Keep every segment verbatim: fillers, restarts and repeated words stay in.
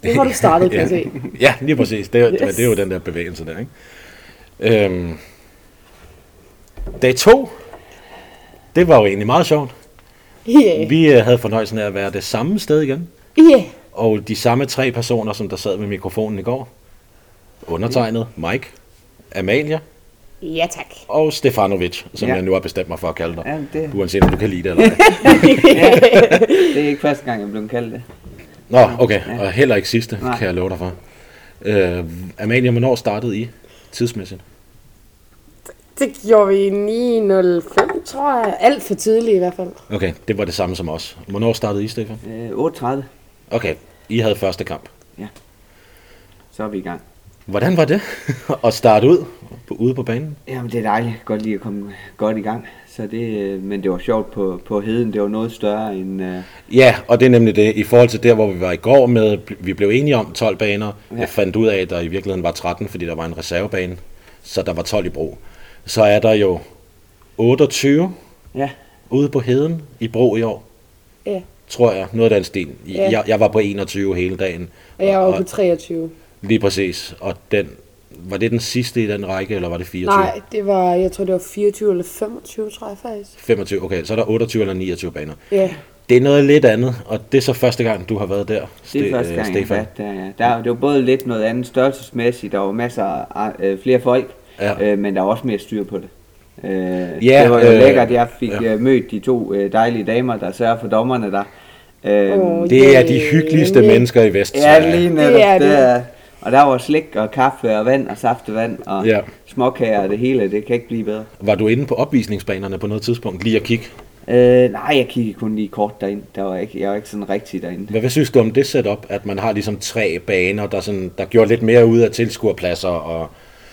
Nu har du startet, kan jeg se. Ja, lige præcis. Det er, yes. det er jo den der bevægelse der, ikke? Øhm, dag to, det var jo egentlig meget sjovt. Yeah. Vi øh, havde fornøjelsen af at være det samme sted igen. Yeah. Og de samme tre personer, som der sad med mikrofonen i går. Undertegnet, Mike, Amalia. Ja, tak. Og Stefanovic, som ja. jeg nu har bestemt mig for at kalde dig. Ja, det... Uanset om du kan lide det eller ej. Ja, det er ikke første gang, jeg blev kaldt det. Nå, okay. Ja. Og heller ikke sidste, Nej. kan jeg love dig for. Uh, Amalia, hvornår startede I tidsmæssigt? Det gjorde vi i ni nul fem, tror jeg. Alt for tidligt i hvert fald. Okay, det var det samme som os. Hvornår startede I, Stefan? Øh, otteogtredive. Okay, I havde første kamp. Ja. Så er vi i gang. Hvordan var det at starte ud på, ude på banen? Jamen, det er dejligt. Godt lige at komme godt i gang. Så det, men det var sjovt på, på heden. Det var noget større end... Uh... Ja, og det er nemlig det. I forhold til der, hvor vi var i går med, vi blev enige om tolv baner. Ja. Jeg fandt ud af, at der i virkeligheden var tretten, fordi der var en reservebane. Så der var tolv i Bro. Så er der jo otteogtyve ja. ude på heden i Bro i år. Ja. Tror jeg. Noget af den stil. Ja. Jeg, jeg var på enogtyve hele dagen. Og jeg var og, på treogtyve. Lige præcis. Og den, var det den sidste i den række, eller var det fireogtyve? Nej, det var, jeg tror det var fireogtyve eller femogtyve, tror jeg faktisk. femogtyve, okay. Så er der otteogtyve eller niogtyve baner. Ja. Det er noget lidt andet, og det er så første gang, du har været der, Det er første gang, jeg har været der, ja. Der, det var både lidt noget andet størrelsesmæssigt, der var masser af øh, flere folk, ja. øh, men der var også mere styr på det. Øh, ja, det var jo øh, lækkert, jeg fik ja. mødt de to øh, dejlige damer, der sørger for dommerne der. Øh, oh, det er de hyggeligste yeah. mennesker i Vest. Ja, lige netop. Det er det. Der, og der var slik og kaffe og vand og saftevand og ja. småkager og det hele, det kan ikke blive bedre. Var du inde på opvisningsbanerne på noget tidspunkt, lige at kigge? Øh, nej, jeg kiggede kun lige kort derind. Der var ikke, jeg var ikke sådan rigtig derinde. Hvad, hvad synes du om det setup, at man har ligesom tre baner, der, sådan, der gjorde lidt mere ud af tilskuerpladser og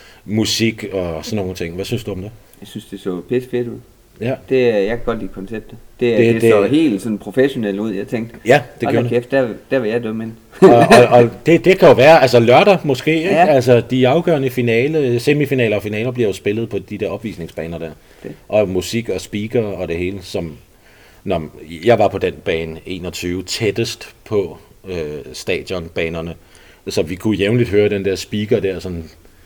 musik og sådan nogle ting? Hvad synes du om det? Jeg synes, det så pisse fedt ud. Ja. Det, jeg kan godt lide konceptet. Det, det, det, det så helt sådan professionelt ud. Jeg tænkte, ja, det gjorde kæft, der, der vil jeg dømme ind. og og, og det, det kan jo være, altså lørdag måske, ikke? Ja. Altså de afgørende finale, semifinaler og finaler bliver jo spillet på de der opvisningsbaner der. Det. Og musik og speaker og det hele, som... Når jeg var på den bane enogtyve, tættest på øh, stadionbanerne, så vi kunne jævnligt høre den der speaker der, sådan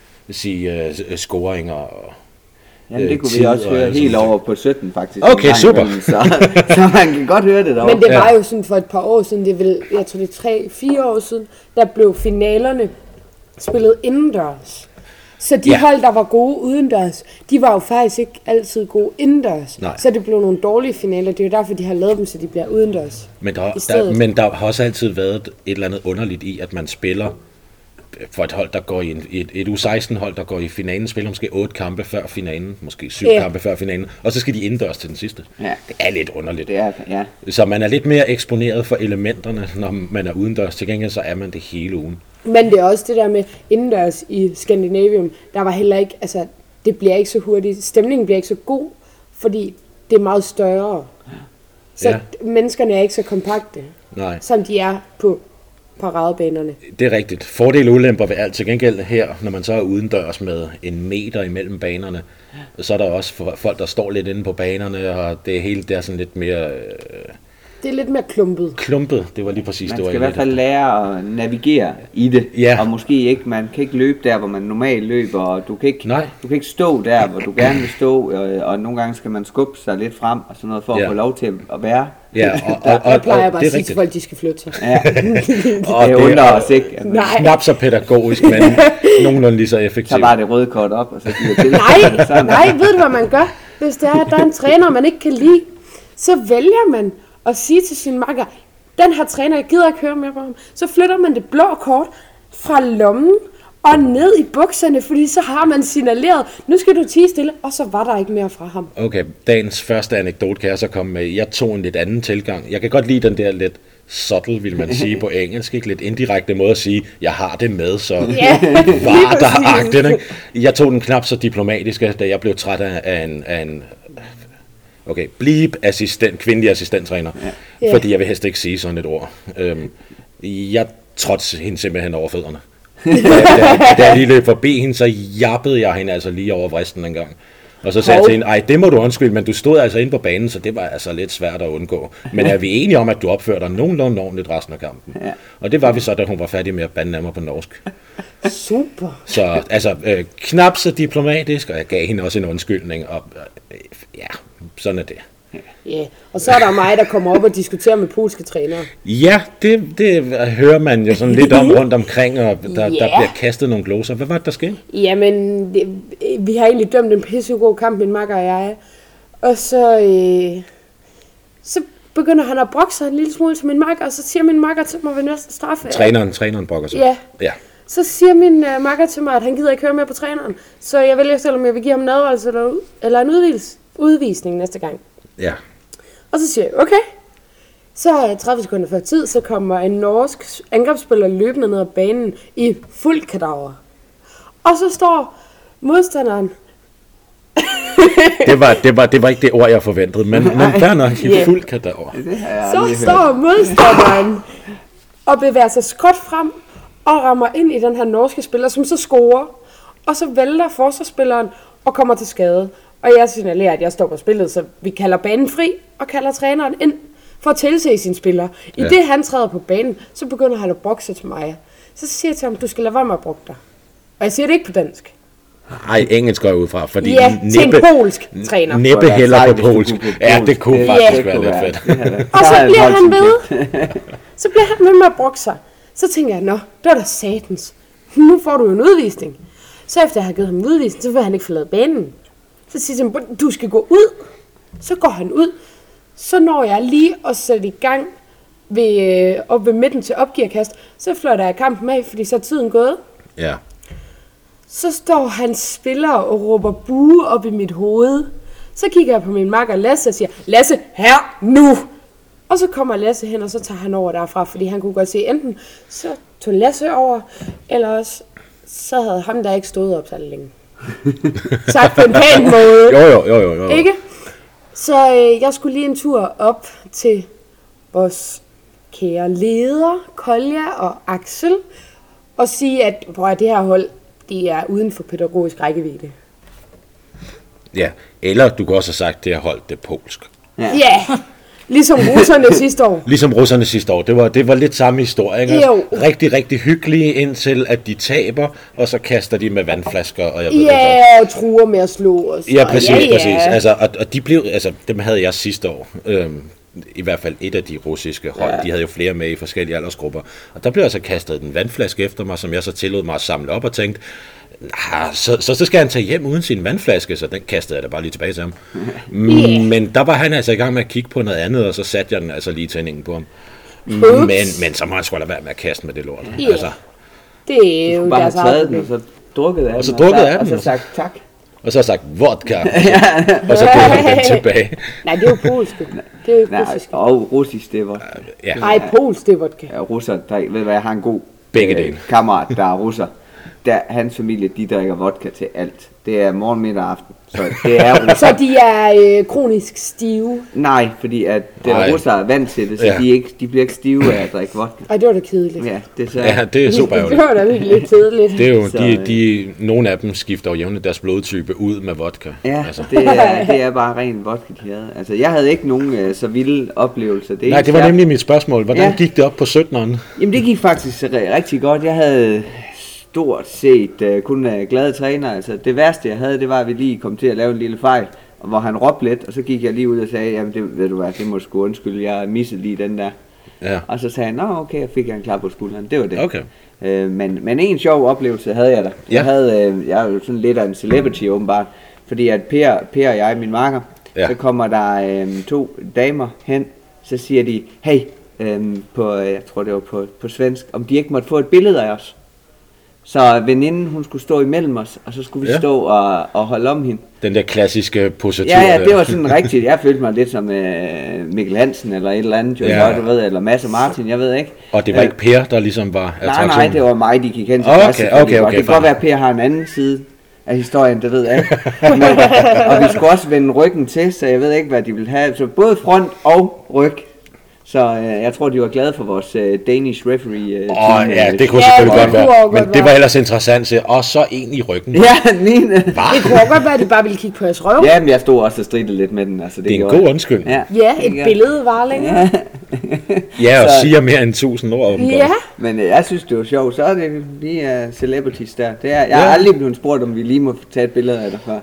sige øh, scoringer og Jamen det kunne vi også høre helt over på sytten faktisk. Okay, super. Så, så man kan godt høre det derovre. Men det var jo sådan for et par år siden, det vil, jeg tror det er tre, fire år siden, der blev finalerne spillet indendørs. Så de ja. hold, der var gode udendørs, de var jo faktisk ikke altid gode indendørs. Nej. Så det blev nogle dårlige finaler. Det er jo derfor, de har lavet dem, så de bliver udendørs. Men der, der, men der har også altid været et eller andet underligt i, at man spiller for et hold, der går i en, et, et U seksten hold, der går i finalen, spiller måske otte kampe før finalen, måske syv ja. kampe før finalen, og så skal de indendørs til den sidste. Ja. Det er lidt underligt. Det er, ja. Så man er lidt mere eksponeret for elementerne, når man er udendørs. Til gengæld så er man det hele ugen. Men det er også det der med indendørs i Scandinavium, der var heller ikke, altså det bliver ikke så hurtigt, stemningen bliver ikke så god, fordi det er meget større. Så ja. menneskerne er ikke så kompakte, Nej. som de er på paradebanerne. Det er rigtigt. Fordele og ulemper ved alt. Til gengæld her, når man så er udendørs med en meter imellem banerne, så er der også folk, der står lidt inde på banerne, og det hele det er sådan lidt mere... Øh, det er lidt mere klumpet. Klumpet, det var lige præcis man det. Man skal i hvert fald lære at navigere i det, ja. og måske ikke, man kan ikke løbe der, hvor man normalt løber, og du kan ikke, Nej. du kan ikke stå der, hvor du gerne vil stå, og, og nogle gange skal man skubbe sig lidt frem, og sådan noget, for ja. at få lov til at være. Ja, og, og, og, jeg plejer bare og, at sige til folk, de skal flytte sig. Ja. og det undrer os ikke. Nej. Knap så pædagogisk, men nogenlunde lige så effektivt. Så bare det røde kort op, og så giver til. Nej, nej, ved du hvad man gør? Hvis det er, at der er en træner, man ikke kan lide, så vælger man at sige til sin makker, den her træner, jeg gider ikke høre mere på ham. Så flytter man det blå kort fra lommen og ned i bukserne, fordi så har man signaleret, nu skal du tie stille, og så var der ikke mere fra ham. Okay, dagens første anekdote kan jeg så komme med. Jeg tog en lidt anden tilgang. Jeg kan godt lide den der lidt subtle, vil man sige på engelsk, ikke? Lidt indirekte måde at sige, jeg har det med, så yeah, var der agtigt, ikke? Jeg tog den knap så diplomatiske, da jeg blev træt af en, af en okay, bleep assistent, kvindelig assistenttræner, ja. fordi jeg vil helst ikke sige sådan et ord. Øhm, jeg trådte hende simpelthen over fødderne. Da, da, da jeg lige løb forbi hende, så jappede jeg hende altså lige over vristen en gang. Og så sagde jeg til hende, ej, det må du undskylde, men du stod altså inde på banen, så det var altså lidt svært at undgå. Men er vi enige om, at du opfører dig nogenlunde ordentligt resten af kampen? Ja. Og det var vi så, da hun var færdig med at bande af mig på norsk. Super. Så altså, øh, knap så diplomatisk, og jeg gav hende også en undskyldning, og øh, ja, sådan er det. Ja, yeah. Og så er der mig, der kommer op og diskuterer med polske trænere. Ja, det, det hører man jo sådan lidt om rundt omkring, og der, yeah. der bliver kastet nogle gloser. Hvad var det, der skete? Jamen, det, vi har egentlig dømt en pissegod kamp, min makker og jeg. Og så, øh, så begynder han at brokke sig en lille smule til min makker, og så siger min makker til mig ved næste straffe. Træneren, træneren brokker sig? Ja. ja. Så siger min øh, makker til mig, at han gider ikke høre mere på træneren. Så jeg vælger selv, om jeg vil give ham en advarsel eller, eller en udvis, udvisning næste gang. Ja. Og så siger jeg, okay. Så tredive sekunder før tid, så kommer en norsk angrebsspiller løbende ned ad banen i fuld kadaver. Og så står modstanderen. det, var, det, var, det var ikke det ord, jeg forventede, men, men der nok i yeah. fuld kadaver. Så står modstanderen og bevæger sig skråt frem og rammer ind i den her norske spiller, som så scorer. Og så vælter forsvarsspilleren og kommer til skade. Og jeg signalerer, at jeg står på spillet, så vi kalder banen fri og kalder træneren ind for at tilse sine spillere. I ja. det han træder på banen, så begynder han at brokse til mig. Så siger jeg til ham, du skal lade være med at brokke dig. Og jeg siger det ikke på dansk. Ej, engelsk går jeg ud fra, fordi ja, næppe, til en polsk træner. Næppe heller på polsk. Ja, det kunne faktisk være lidt fedt. Og så bliver han ved. Så bliver han ved med at brokke sig. Så tænker jeg, nå, det var da satans. Nu får du jo en udvisning. Så efter jeg har givet ham en udvisning, så vil han ikke forlade banen. Så siger han, du skal gå ud. Så går han ud. Så når jeg lige at sætte i gang ved, op ved midten til opgearkast, så fløjter jeg kampen af, fordi så er tiden gået. Ja. Så står hans spiller og råber bue op i mit hoved. Så kigger jeg på min makker Lasse og siger, Lasse, her, nu! Og så kommer Lasse hen, og så tager han over derfra, fordi han kunne godt se, enten så tog Lasse over, eller også så havde ham der ikke stået op så længe. Sagt på en pæn måde. Jo, jo, jo, jo, jo. Ikke? Så øh, jeg skulle lige en tur op til vores kære leder, Kolja og Axel, og sige, at prøv, at det her hold, de er uden for pædagogisk rækkevidde. Ja, eller du kunne også have sagt, at det har holdt det polsk. Ja, ja. Ligesom russerne sidste år. Ligesom russerne sidste år. Det var, det var lidt samme historie, ikke? Jo. Rigtig, rigtig hyggelige indtil, at de taber, og så kaster de med vandflasker, og jeg ved ja, ikke, og truer med at slå os. Ja, præcis, ja, ja. præcis. Altså, og, og de blev, altså, dem havde jeg sidste år. Øhm, I hvert fald et af de russiske hold. Ja. De havde jo flere med i forskellige aldersgrupper. Og der blev altså kastet en vandflaske efter mig, som jeg så tillod mig at samle op og tænkte, nah, så, så, så skal han tage hjem uden sin vandflaske, så den kastede jeg da bare lige tilbage til ham. Yeah. Men der var han altså i gang med at kigge på noget andet, og så satte jeg den altså lige tændingen på ham. Men, men så må han sgu da være med at kaste med det lort. Yeah. Altså. Det er jo bare deres taget den, og så drukket af den, og så, drukket af den, og så sagt tak. Og så har sagt vodka, og så, og så tog han den tilbage. Nej, det er jo polsk. Det er jo russisk. Og russisk, det er vodka. Ja. Nej, polsk, det er vodka. Ja, russer, der, ved du hvad, jeg har en god Begge øh, kammerat, der er russer. Der, hans familie, de drikker vodka til alt. Det er morgen, middag og aften. Så det er russer. Så de er øh, kronisk stive? Nej, fordi at den russer er vant til det, så ja. de, ikke, de bliver ikke stive af at drikke vodka. Ej, det var da kedeligt. Ja, det er, så, ja, det er super ærgerligt. Det var da lidt kedeligt. Det er jo, så, de, de, nogle af dem skifter jo jævnligt deres blodtype ud med vodka. Ja, altså. det, er, det er bare ren vodka, de havde. Altså, jeg havde ikke nogen øh, så vilde oplevelser. Det Nej, det var jeg... nemlig mit spørgsmål. Hvordan ja. gik det op på syttenderen? Jamen, det gik faktisk rigtig godt. Jeg havde stort set uh, kun uh, glade træner. Altså, det værste jeg havde, det var, at vi lige kom til at lave en lille fejl, hvor han råbte lidt, og så gik jeg lige ud og sagde, jamen det ved du hvad, det må du sgu undskylde, jeg missede lige den der. Ja. Og så sagde han, nå okay, jeg fik jeg en klap på skulderen, det var det. Okay. Uh, men, men en sjov oplevelse havde jeg da. Ja. Jeg havde, uh, jeg er jo sådan lidt af en celebrity åbenbart, fordi at Per, Per og jeg, min makker, ja. så kommer der uh, to damer hen, så siger de, hey, um, på, jeg tror det var på, på svensk, om de ikke måtte få et billede af os. Så veninden, hun skulle stå imellem os, og så skulle vi ja. stå og, og holde om hende. Den der klassiske positur. Ja, ja, det var sådan rigtigt. Jeg følte mig lidt som uh, Mikkel Hansen, eller et eller andet, jo, ja. du ved, eller Mads og Martin, jeg ved ikke. Og det var ikke Per, der ligesom var attraktion? Nej, nej, det var mig, de gik hen til. Okay, okay, okay, okay, det kan godt være, at Per har en anden side af historien, det ved jeg ikke. Men, og vi skulle også vende ryggen til, så jeg ved ikke, hvad de ville have. Så både front og ryg. Så øh, jeg tror, de var glade for vores øh, Danish referee. Øh, Åh, oh, ja, det kunne Ja, selvfølgelig det godt være. kunne også Men godt det var være. ellers interessant til. Og så en i ryggen. Ja, min. Det kunne godt være, at de bare ville kigge på jeres røv. Ja, men jeg stod også og stridede lidt med den. Altså, det, Det er en gjorde god jeg. undskyldning. Ja, Ja, det et gør- billede var længere. Ja. Ja, og Så- siger mere end tusind ord om Ja. golf. Men øh, jeg synes, det var sjovt. Så er det, vi er celebrities der. Det er, jeg har Ja. aldrig blevet spurgt, om vi lige må tage et billede af dig før.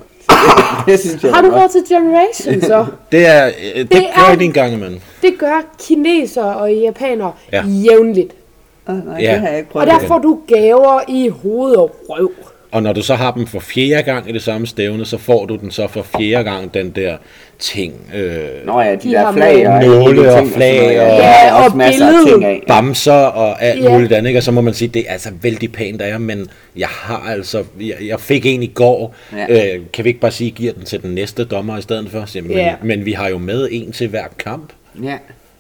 Det synes jeg Har var du godt. råd til Generation så? Det er, øh, det, det er- gør de en gang imellem. Det gør kinesere og japanere Ja. jævnligt. Ah, nej, Ja. det har jeg ikke Og prøvet. der får du gaver i hoved og røv. Og når du så har dem for fjerde gang i det samme stævne, så får du den så for fjerde gang, den der ting. Øh, Nå ja, de, De der har flag og alle nåle mulige og ting flag sådan noget, og- der er Ja, også og masser af billede. ting af. Ja. bamser og alt Ja. muligt andet, ikke? Og så må man sige, det er altså vældig pænt af jer, men jeg har altså, jeg, jeg fik en i går, Ja. øh, kan vi ikke bare sige, giver den til den næste dommer i stedet for? Så, men, Ja. men vi har jo med en til hver kamp. Ja.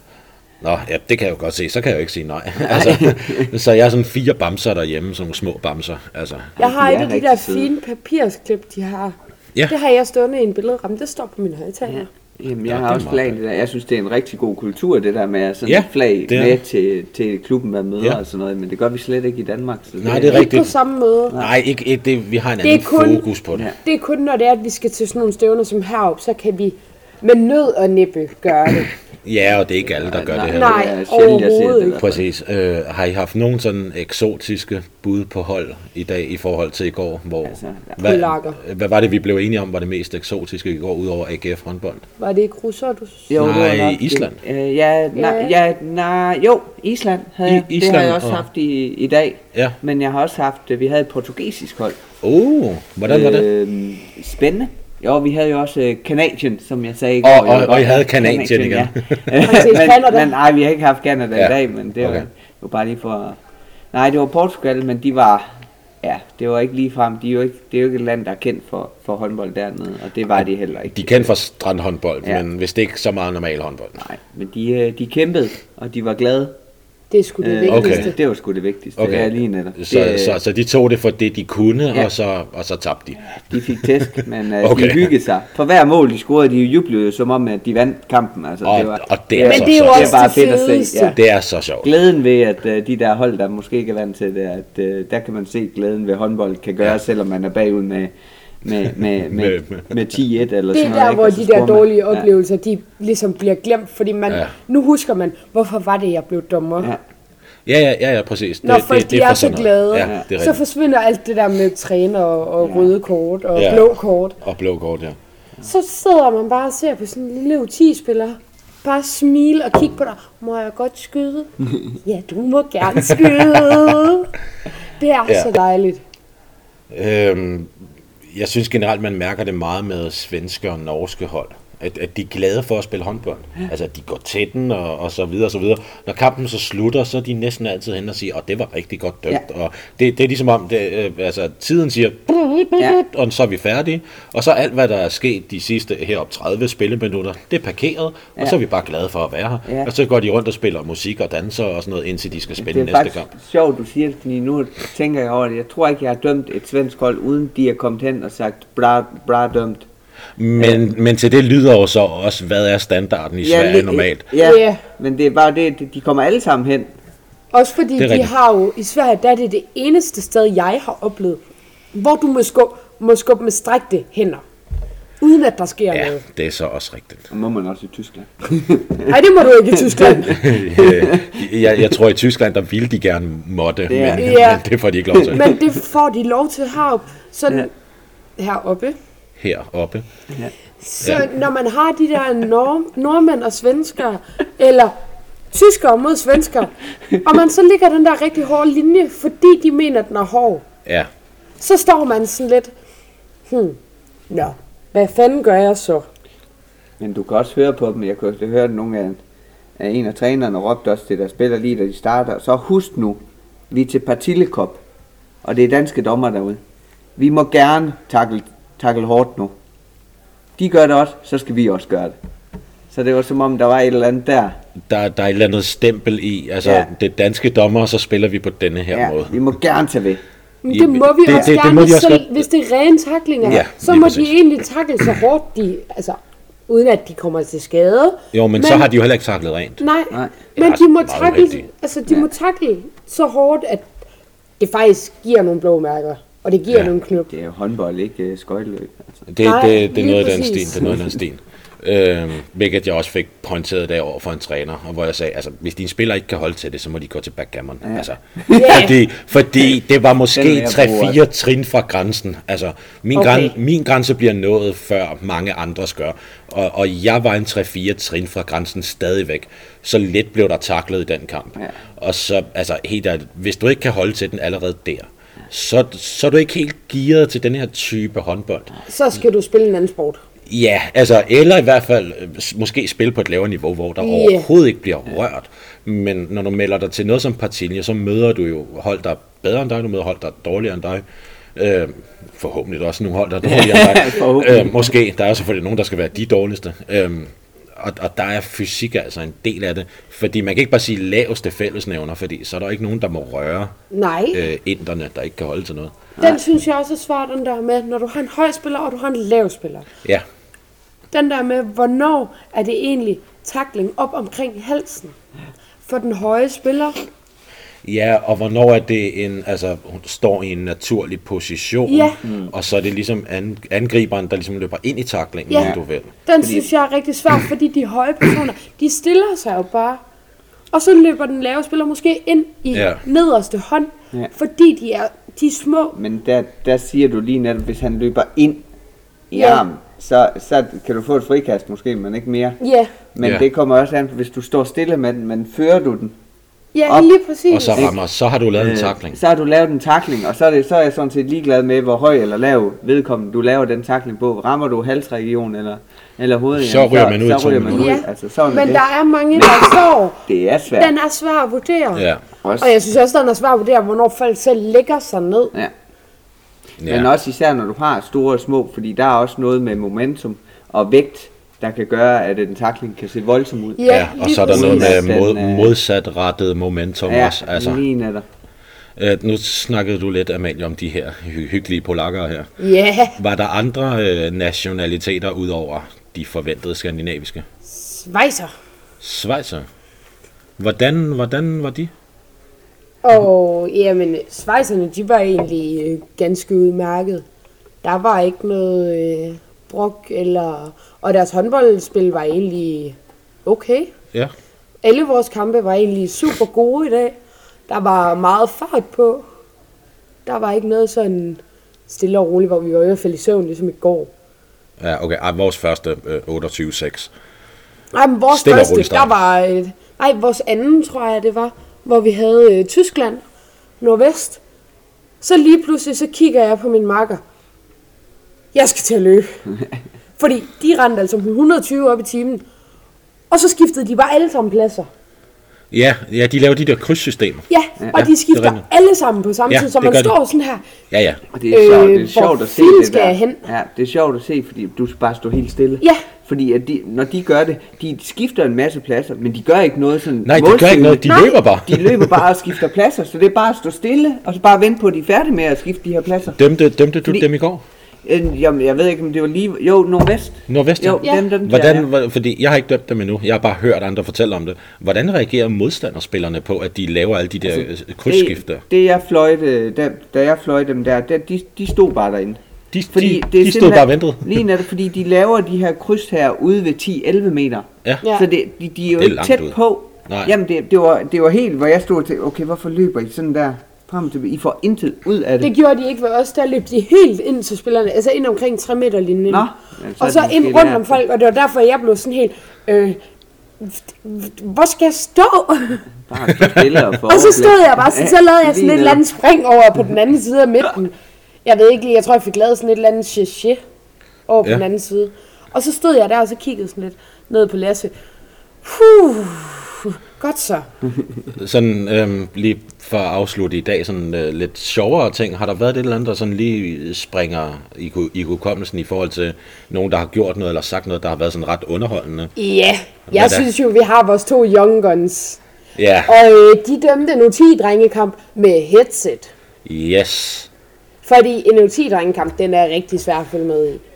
Nå, ja, det kan jeg jo godt se, så kan jeg jo ikke sige nej. altså, så jeg er sådan fire bamser derhjemme, sådan nogle små bamser. Altså, Jeg har de et er af de rigtig der søde. fine papirsklip, de har. Ja. Det har jeg stående i en billedramme. Det står på min højtaler. Ja. Jamen, Ja, jeg det har er også meget flag det der. Jeg synes, det er en rigtig god kultur, det der med at sådan Ja, et flag det er med det. til, til klubben, man møder Ja. og sådan noget, men det gør vi slet ikke i Danmark. Så Nej, det er Ikke rigtigt. på samme måde. Nej, ikke, ikke det, vi har en Det er anden kun- fokus på det. Ja. Det er kun, når det er, at vi skal til sådan nogle stævner som heroppe, så kan vi med nød og næppe gøre det. Ja, og det er ikke alle, der gør Nej, det heller. Nej, det er sjældent, jeg ser overhovedet det. i ikke. hvert fald. Præcis. Øh, har I haft nogen sådan eksotiske bud på hold i dag i forhold til i går? Hvor, Altså, ja. hvad, Polakker. hvad var det, vi blev enige om, var det mest eksotiske i går, udover A G F håndbold? Var det ikke russere, du synes? Jo, det var Nej, nok det. Island. Øh, ja, nej, ja, nej, jo, Island havde I- jeg. Det Island har jeg også og- haft i, i dag. Ja. Men jeg har også haft, vi havde et portugisisk hold. Oh, hvordan var det? Øh, spændende. Jo, vi havde jo også uh, Canadian, som jeg sagde i Og- går. og- jo. og I havde Canadian igen. Ja. Parentes Canada. men, men nej, vi har ikke haft Canada Ja, i dag, men det var, okay. det var bare lige for... Nej, det var Portugal, men de var... Ja, det var ikke lige frem. De er jo ikke, det er jo ikke et land, der er kendt for, for håndbold dernede, og det var de heller ikke. De kendt for strandhåndbold, Ja. men hvis det ikke så meget normal håndbold. Nej, men de, øh, de kæmpede, og de var glade. Det er sgu det Øh, vigtigste. okay. Det var sgu det vigtigste. Okay. Det er lige netop. Så, det, så, så de tog det for det, de kunne, Ja. og, så, og så tabte de. De fik tæsk, men uh, Okay. de hyggede sig. For hver mål, de scorede, de jublede jo som om, at de vandt kampen. Altså, Og- det var, og det er Men så det er jo sjovt. det også er bare det fedt at se. fedeste. Ja. Det er så sjovt. Glæden ved, at uh, de der hold, der måske ikke er vant til det, at uh, der kan man se glæden ved håndbold kan gøre, Ja. ja. selvom man er bagud med, med, med, med, Med- med ti et eller Det sådan er noget. der, ikke? hvor Og så de scorer der man. dårlige Ja. oplevelser, de ligesom bliver glemt, fordi man, Ja. nu husker man, hvorfor var det, jeg blev dommer? Ja. Ja, ja, ja, ja, præcis. Når folk de for er så sådan noget. glade, Ja, det er så rigtigt. forsvinder alt det der med træner og, og Ja. røde kort og Ja. blå kort. Og blå kort, ja. Så sidder man bare og ser på sådan en lille U ti-spiller. Bare smile og kigge på dig. Må jeg godt skyde? Ja, du må gerne skyde. Det er Ja. så dejligt. Øhm, jeg synes generelt, man mærker det meget med svenske og norske hold. At, at de er glade for at spille håndbold. Ja. Altså, de går til den og, og så videre og så videre. Når kampen så slutter, så er de næsten altid hen og siger, at det var rigtig godt dømt. Ja. Og det, det er ligesom om, det, øh, altså, tiden siger, Ja. og så er vi færdige. Og så alt, hvad der er sket de sidste herop tredive spilleminutter, det er parkeret, og Ja. så er vi bare glade for at være her. Ja. Og så går de rundt og spiller musik og danser og sådan noget, indtil de skal spille Det er næste faktisk kamp. sjovt, du siger det, fordi nu tænker jeg over det. Jeg tror ikke, jeg har dømt et svensk hold, uden de er kommet hen og sagt, bra, bra dømt. Men, men til det lyder jo så også, hvad er standarden i Sverige lidt- normalt? Ja, Ja. men det er bare det, de kommer alle sammen hen. Også fordi Det er de rigtigt. har jo, i Sverige, der er det det eneste sted, jeg har oplevet, hvor du må skubbe, må skubbe med strækte hænder, uden at der sker Ja, noget. det er så også rigtigt. Og må man også i Tyskland. Nej, det må du ikke i Tyskland. jeg, jeg tror i Tyskland, der ville de gerne måtte, men, Ja. Ja. men det får de ikke lov til. Men det får de lov til heroppe. Sådan heroppe. Heroppe. Så ja. Når man har de der nord- nordmænd og svenskere, eller tyskere mod svenskere, og man så ligger den der rigtig hårde linje, fordi de mener, den er hård, Ja. så står man sådan lidt, hmm, nå, hvad fanden gør jeg så? Men du kan også høre på dem. Jeg kunne også høre, at nogle af, af en af trænerne råbte også til der spiller lige, da de starter. Så husk nu, vi er til Partille Cup, og det er danske dommer derude. Vi må gerne tackle, tackle hårdt nu. De gør det også, så skal vi også gøre det. Så det var som om, der var et eller andet der. Der, der er et eller andet stempel i, altså Ja. det danske dommer, så spiller vi på denne her Ja, måde. vi må gerne tage ved. Men Ja, det må vi det- også det- det gerne, må de hvis, også så, godt. hvis det er rene taklinger, Ja, så lige må præcis. de egentlig takle så hårdt, de altså, uden at de kommer til skade. Jo, men, men så har de jo heller ikke taklet rent. Nej, Nej. men de må, takle, uheldige. altså, de Ja. må takle så hårdt, at det faktisk giver nogle blå mærker, og det giver Ja. nogle knup. Det er jo håndbold, ikke skøjteløb. Altså. Det, Nej, det, det er lige noget af den præcis. stil. Det er noget af den stil. Øhm, hvilket jeg også fik pointeret derovre for en træner, og hvor jeg sagde, altså hvis dine spillere ikke kan holde til det, så må de gå til backgammon. Ja. Altså, Ja. fordi, fordi det var Den vil måske jeg tre bruge fire trin fra grænsen. Altså, min, Okay. okay. gran, min grænse bliver nået, før mange andres gør. Og, og jeg var en tre fire trin fra grænsen stadigvæk. Så lidt blev der taklet i den kamp. Ja. Og så, altså helt ærligt, hvis du ikke kan holde til den allerede der, så, så er du ikke helt gearet til den her type håndbold. Så skal du spille en anden sport. Ja, altså, eller i hvert fald øh, måske spille på et lavere niveau, hvor der Ja. yeah. overhovedet ikke bliver rørt. Men når du melder dig til noget som Partilje, så møder du jo hold, der er bedre end dig, du møder hold, der er dårligere end dig. Øh, forhåbentlig også nogle hold, der er dårligere end dig. øh, måske, der er selvfølgelig nogen, der skal være de dårligste. Øh, og, og der er fysik altså en del af det. Fordi man kan ikke bare sige laveste fællesnævner, fordi så er der ikke nogen, der må røre Nej, øh, inderne, der ikke kan holde til noget. den synes jeg også er svært, den der med, når du har en høj spiller, og du har en lav spiller. Ja, Den der med, hvornår er det egentlig takling op omkring halsen for den høje spiller. Ja, og hvornår er det en, altså hun står i en naturlig position, Ja. mm. og så er det ligesom an, angriberen, der ligesom løber ind i taklingen, Ja. om du vil. Den Fordi- synes jeg er rigtig svær, fordi de høje personer, de stiller sig jo bare. Og så løber den lave spiller måske ind i Ja. nederste hånd, Ja. fordi de er, de er små. Men der, der siger du lige netop, hvis han løber ind i Ja. armen, så, så kan du få et frikast måske, men ikke mere. Ja, Men Ja. det kommer også an, hvis du står stille med den, men fører du den, ja Op. lige præcis. Og så rammer, så har du lavet en øh, takling. så har du lavet en takling, og så er, det, så er jeg sådan set ligeglad med, hvor høj eller lav vedkommende du laver den takling på. Rammer du halsregion eller, eller hovedet, Så jamen, ryger man ud i så, to så ryger man ud. minutter. Altså, sådan er Men det. der er mange, der står. Det er svært. Den er svær at vurdere. Ja. Også, Og jeg synes også, den er svær at vurdere, hvornår folk selv lægger sig ned. ja. Ja. Men også især når du har store og små, fordi der er også noget med momentum og vægt, der kan gøre, at en takling kan se voldsom ud. Ja, Ja, og lige så er der noget præcis. med mod, Den, øh, modsatrettet momentum Ja, også. Altså, lige netop. øh, nu snakkede du lidt, Amalie, om de her hy- hyggelige polakker her. Ja, Var der andre øh, nationaliteter udover de forventede skandinaviske? svejser. Schweizer. Hvordan, hvordan var de? Og jamen, svejserne, de var egentlig øh, ganske udmærket. Der var ikke noget øh, brok, eller... Og deres håndboldspil var egentlig okay. Ja. Alle vores kampe var egentlig super gode i dag. Der var meget fart på. Der var ikke noget sådan stille og roligt, hvor vi var i hvert fald i søvn, ligesom i går. Ja, okay. Ej, vores første øh, otteogtyve seks. Nej, men vores Stille og første, rolig start. der var... Øh, nej, vores anden, tror jeg, det var, hvor vi havde øh, Tyskland, Nordvest. Så lige pludselig, så kigger jeg på min makker. Jeg skal til at løbe. Fordi de rendte altså et hundrede og tyve op i timen. Og så skiftede de bare alle sammen pladser. Ja, ja, de laver de der krydssystemer. Ja, og Ja, de det skifter er rigtigt. alle sammen på samme Ja, tid, så det man gør de. står sådan her. Ja, ja. Og det er, sjovt, Øh, det er sjovt at se hvor det skal der. jeg hen? Ja, det er sjovt at se, fordi du skal bare stå helt stille. Ja. Fordi at de, når de gør det, de skifter en masse pladser, men de gør ikke noget sådan Nej, de gør ikke noget. De Nej. løber bare. De løber bare og skifter pladser, så det er bare at stå stille, og så bare vente på, at de er færdige med at skifte de her pladser. Dømte, dømte du Fordi- dem i går? Øh, Jamen, jeg ved ikke, om det var lige... Jo, Nordvest. Nordvest, Jo, Ja. dem, dem Hvordan, der, ja. ja. Fordi jeg har ikke dømt dem endnu. Jeg har bare hørt andre fortælle om det. Hvordan reagerer modstanderspillerne på, at de laver alle de der altså, krydsskifter? Det, det jeg fløjte, da, da jeg fløjte dem der, der de, de stod bare derinde. De, Fordi de, det er de stod simpelthen- bare og ventede. Lige netop, fordi de laver de her kryds her ude ved ti til elleve meter. Ja. Ja. Så det, de, de er jo Det er ikke langt tæt ud. på. Nej. Jamen, det, det, var, det var helt, hvor jeg stod til, okay, hvorfor løber I sådan der frem og tilbage? I får intet ud af det. Det gjorde de ikke ved os, der løb de helt ind til spillerne, altså ind omkring tre meter linjen. Nå, ja, så er Og så det ind måske rundt lært om det. folk, og det var derfor, jeg blev sådan helt, øh, hvor skal jeg stå? Bare stå stille og få Og så stod jeg bare, så, så lavede jeg sådan Lige et eller andet spring over på den anden side af midten. Jeg ved ikke lige, jeg tror, jeg fik lavet sådan et eller andet chiché over på Ja. den anden side. Og så stod jeg der, og så kiggede sådan lidt ned på Lasse. Puh, godt så. Sådan øhm, lige for at afslutte i dag, sådan øh, lidt sjovere ting. Har der været et eller andet, der sådan lige springer i, hu- i hukommelsen i forhold til nogen, der har gjort noget eller sagt noget, der har været sådan ret underholdende? Ja, Hvad jeg da? synes jo, vi har vores to young guns. Ja, Og øh, de dømte en U ti drengekamp med headset. yes. Fordi en U ti drengekamp, den er rigtig svær at følge med i.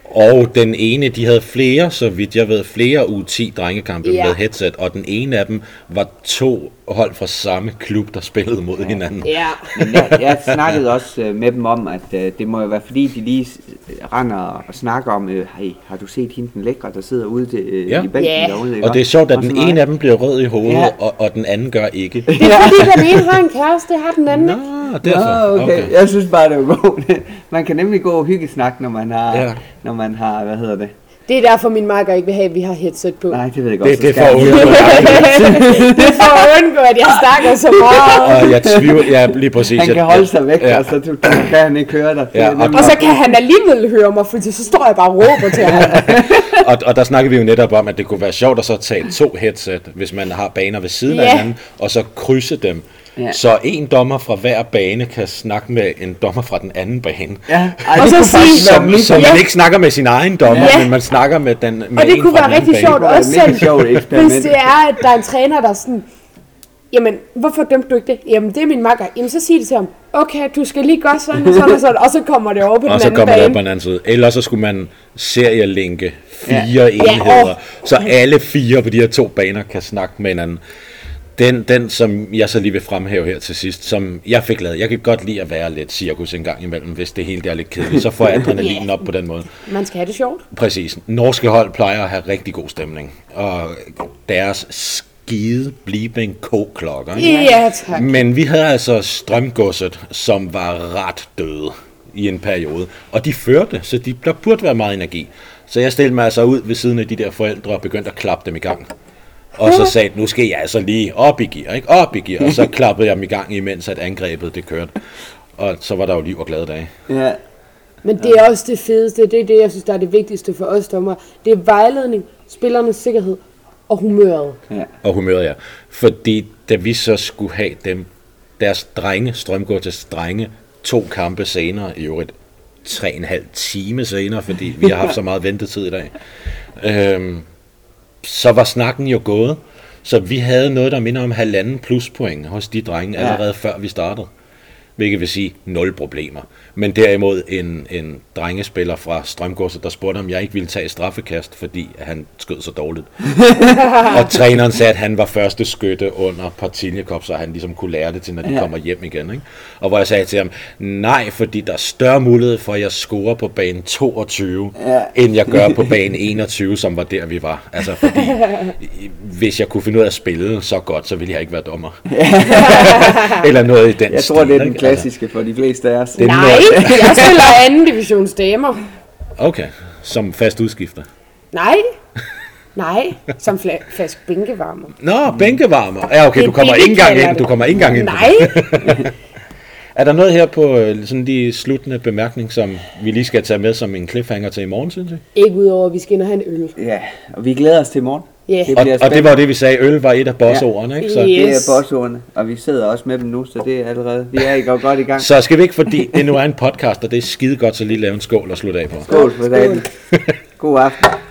Og den ene, de havde flere, så vidt jeg ved, flere U ti drengekampe Ja. med headset, og den ene af dem var to hold fra samme klub, der spillede mod ja. hinanden. Ja. Men jeg, jeg snakkede også øh, med dem om, at øh, det må jo være fordi, de lige s- render og snakker om, øh, hey, har du set hende den lækre, der sidder ude til, øh, Ja. i bænken Ja. derude? Ikke? Og det er sjovt, at Og den sådan ene af dem bliver rød i hovedet, Ja. og, og den anden gør ikke. Det er fordi, den ene har en kæreste, det har den anden ikke. Nå, derfor. Nå, okay. okay. Jeg synes bare, det var godt. Man kan nemlig gå og hyggesnak, når man har, Ja. når man har, hvad hedder det? Det er derfor, min makker ikke vil have, at vi har headset på. Nej, det ved jeg godt. Det, så det er skal for at jeg- undgå Det er for at undgå, at jeg snakker så meget. Og jeg tvivler, ja, lige præcis. Han kan Jeg- holde sig væk, Ja. ja. og så du, kan han ikke høre dig. Det Ja, er og- nemlig- Og så kan han alligevel høre mig, fordi så står jeg bare og råber til ham. og, og der snakker vi jo netop om, at det kunne være sjovt at så tage to headset, hvis man har baner ved siden af Ja. hinanden, og så krydse dem. Ja. Så en dommer fra hver bane kan snakke med en dommer fra den anden bane. Ja, ej, Og det så kunne sige- faktisk være Som, mega- som Ja. man ikke snakker med sin egen dommer, Ja. men man snakker med, den, med Og det en kunne fra være den anden rigtig bane. sjovt Det kunne også være mega selv, sjovt eksperiment. hvis det er, at der er en træner, der er sådan, jamen, hvorfor dømte du ikke det? Jamen, det er min makker. Jamen, så sig det til ham. Okay, du skal lige gøre sådan og sådan og sådan, og så kommer det over på Og den så anden kommer det op på bane. den anden side. Ellers så skulle man serielinke fire Ja. enheder, Ja. så alle fire på de her to baner kan snakke med hinanden. Den, den, som jeg så lige vil fremhæve her til sidst, som jeg fik lavet. Jeg kan godt lide at være lidt cirkus en gang imellem, hvis det hele det er lidt kedeligt. Så får jeg adrenalinen op på den måde. Man skal have det sjovt. Præcis. Norske hold plejer at have rigtig god stemning. Og deres skide bleeping ko-klokker. ikke? Ja, tak. Men vi havde altså Strømgodset, som var ret døde i en periode. Og de førte, så de, der burde være meget energi. Så jeg stillede mig altså ud ved siden af de der forældre og begyndte at klappe dem i gang. Og så sagde jeg, nu skal jeg altså lige op i gear, ikke? Op i gear. Og så klappede jeg dem i gang, imens at angrebet det kørte. Og så var der jo liv og glade dage. Ja. Men det er også det fedeste, det er det, jeg synes, der er det vigtigste for os dommer. Det er vejledning, spillernes sikkerhed og humøret. Ja. Og humøret, ja. Fordi da vi så skulle have dem, deres drenge, Strømgodsets drenge, to kampe senere, i øvrigt tre og en halv time senere, fordi vi har haft så meget ventetid i dag, øhm, så var snakken jo gået. Så vi havde noget, der minder om halvanden pluspoint hos de drenge, Ja. allerede før vi startede. Hvilket vil sige nul problemer. Men derimod en, en drengespiller fra Strømgodset, der spurgte, om jeg ikke ville tage straffekast, fordi han skød så dårligt. Og træneren sagde, at han var første skytte under Partiljekop, så han ligesom kunne lære det til, når de Ja. kommer hjem igen. Ikke? Og hvor jeg sagde til ham, nej, fordi der er større mulighed for, at jeg scorer på bane toogtyve, Ja. end jeg gør på bane enogtyve, som var der, vi var. Altså, fordi hvis jeg kunne finde ud af at spille så godt, så ville jeg ikke være dommer. Eller noget i den Jeg stil. tror, det er den ikke? klassiske for de fleste af os. Det er Nej, noget- jeg spiller anden divisions damer. Altså, okay, som fast udskifter. Nej, nej, som fla- fast bænkevarmer. Nå, bænkevarmer. Ja, okay, Det du er kommer det, ikke vi engang kalder ind. det. Du kommer ikke engang ind. på Nej, det. Er der noget her på øh, sådan de sluttende bemærkning, som vi lige skal tage med som en cliffhanger til i morgen, synes jeg? ikke udover, at vi skal ind og have en øl. Ja, og vi glæder os til i morgen. Ja. Det Og, bliver og det spændende. var det, vi sagde. Øl var et af bossordene, ikke? Så, Ja. Det Yes. er bossordene, og vi sidder også med dem nu, så det er allerede, vi er i går godt i gang. så skal vi ikke, fordi det nu er en podcast, og det er skide godt, så lige lave en skål og slutte af på. Skål for dagen. God aften.